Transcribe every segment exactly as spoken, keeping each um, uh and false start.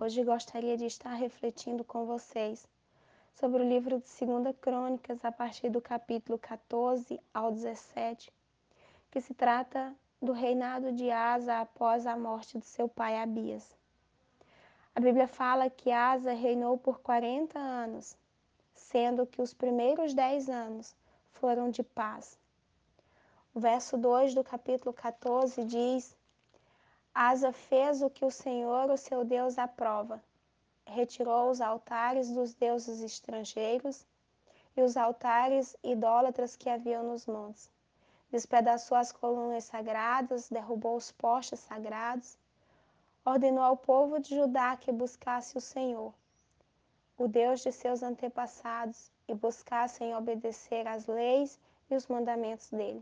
Hoje gostaria de estar refletindo com vocês sobre o livro de segunda Crônicas, a partir do capítulo quatorze ao dezessete, que se trata do reinado de Asa após a morte do seu pai Abias. A Bíblia fala que Asa reinou por quarenta anos, sendo que os primeiros dez anos foram de paz. O verso dois do capítulo quatorze diz: Asa fez o que o Senhor, o seu Deus, aprova. Retirou os altares dos deuses estrangeiros e os altares idólatras que haviam nos montes. Despedaçou as colunas sagradas, derrubou os postes sagrados. Ordenou ao povo de Judá que buscasse o Senhor, o Deus de seus antepassados, e buscassem obedecer às leis e os mandamentos dele.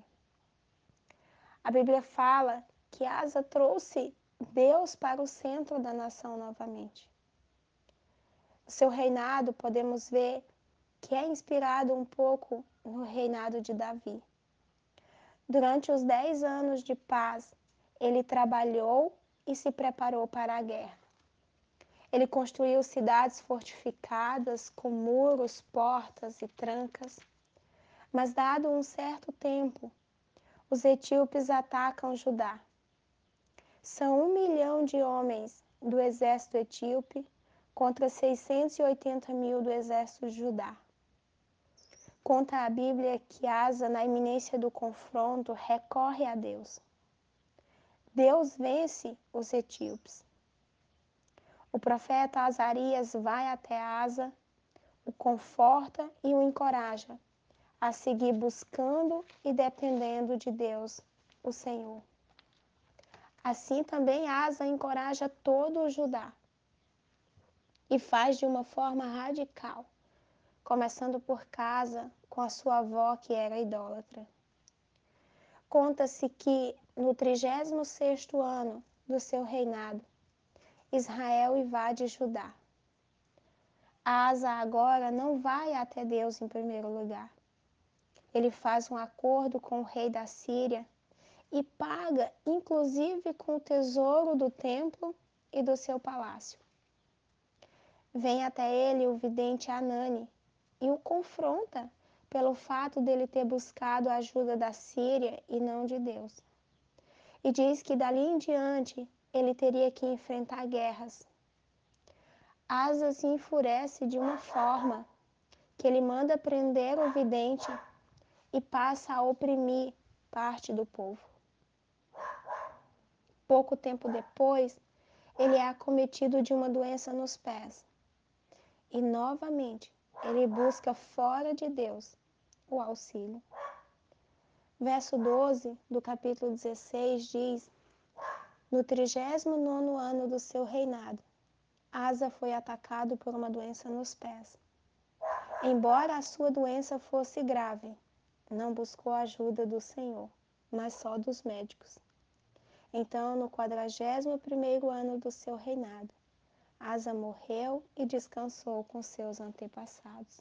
A Bíblia fala que Asa trouxe Deus para o centro da nação novamente. O seu reinado, podemos ver que é inspirado um pouco no reinado de Davi. Durante os dez anos de paz, ele trabalhou e se preparou para a guerra. Ele construiu cidades fortificadas com muros, portas e trancas. Mas, dado um certo tempo, os etíopes atacam Judá. São um milhão de homens do exército etíope contra seiscentos e oitenta mil do exército de Judá. Conta a Bíblia que Asa, na iminência do confronto, recorre a Deus. Deus vence os etíopes. O profeta Azarias vai até Asa, o conforta e o encoraja a seguir buscando e dependendo de Deus, o Senhor. Assim também Asa encoraja todo o Judá e faz de uma forma radical, começando por casa com a sua avó, que era idólatra. Conta-se que no trigésimo sexto ano do seu reinado, Israel invade Judá. Asa agora não vai até Deus em primeiro lugar. Ele faz um acordo com o rei da Síria e paga, inclusive, com o tesouro do templo e do seu palácio. Vem até ele o vidente Anani e o confronta pelo fato dele ter buscado a ajuda da Síria e não de Deus. E diz que dali em diante ele teria que enfrentar guerras. Asa se enfurece de uma forma que ele manda prender o vidente e passa a oprimir parte do povo. Pouco tempo depois, ele é acometido de uma doença nos pés. E novamente, ele busca fora de Deus o auxílio. Verso doze do capítulo dezesseis diz: No trigésimo nono ano do seu reinado, Asa foi atacado por uma doença nos pés. Embora a sua doença fosse grave, não buscou a ajuda do Senhor, mas só dos médicos. Então, no quadragésimo primeiro ano do seu reinado, Asa morreu e descansou com seus antepassados.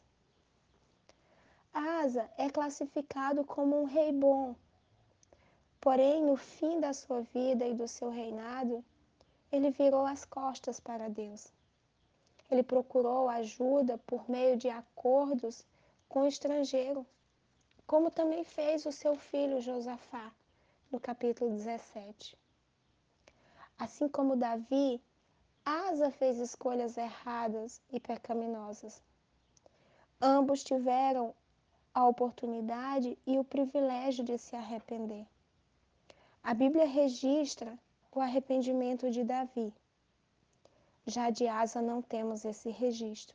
Asa é classificado como um rei bom, porém, no fim da sua vida e do seu reinado, ele virou as costas para Deus. Ele procurou ajuda por meio de acordos com o estrangeiro, como também fez o seu filho Josafá, no capítulo dezessete. Assim como Davi, Asa fez escolhas erradas e pecaminosas. Ambos tiveram a oportunidade e o privilégio de se arrepender. A Bíblia registra o arrependimento de Davi. Já de Asa não temos esse registro.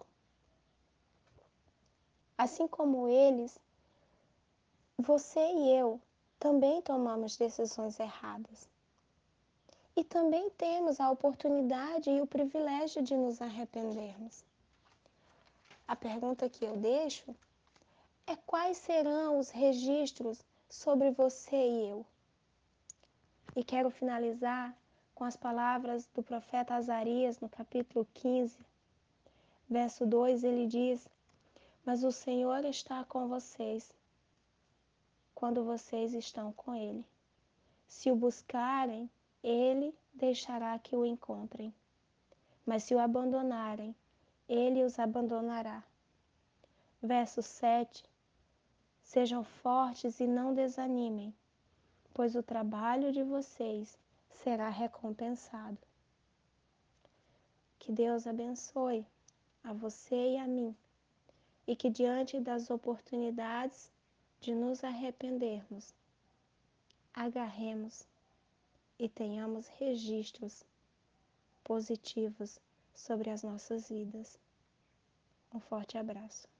Assim como eles, você e eu também tomamos decisões erradas. E também temos a oportunidade e o privilégio de nos arrependermos. A pergunta que eu deixo é: quais serão os registros sobre você e eu? E quero finalizar com as palavras do profeta Azarias, no capítulo quinze, verso dois, ele diz: Mas o Senhor está com vocês quando vocês estão com Ele. Se o buscarem, Ele deixará que o encontrem. mas se o abandonarem, ele os abandonará. Verso sete. Sejam fortes e não desanimem, pois o trabalho de vocês será recompensado. Que Deus abençoe a você e a mim, e que diante das oportunidades de nos arrependermos, agarremos e tenhamos registros positivos sobre as nossas vidas. Um forte abraço.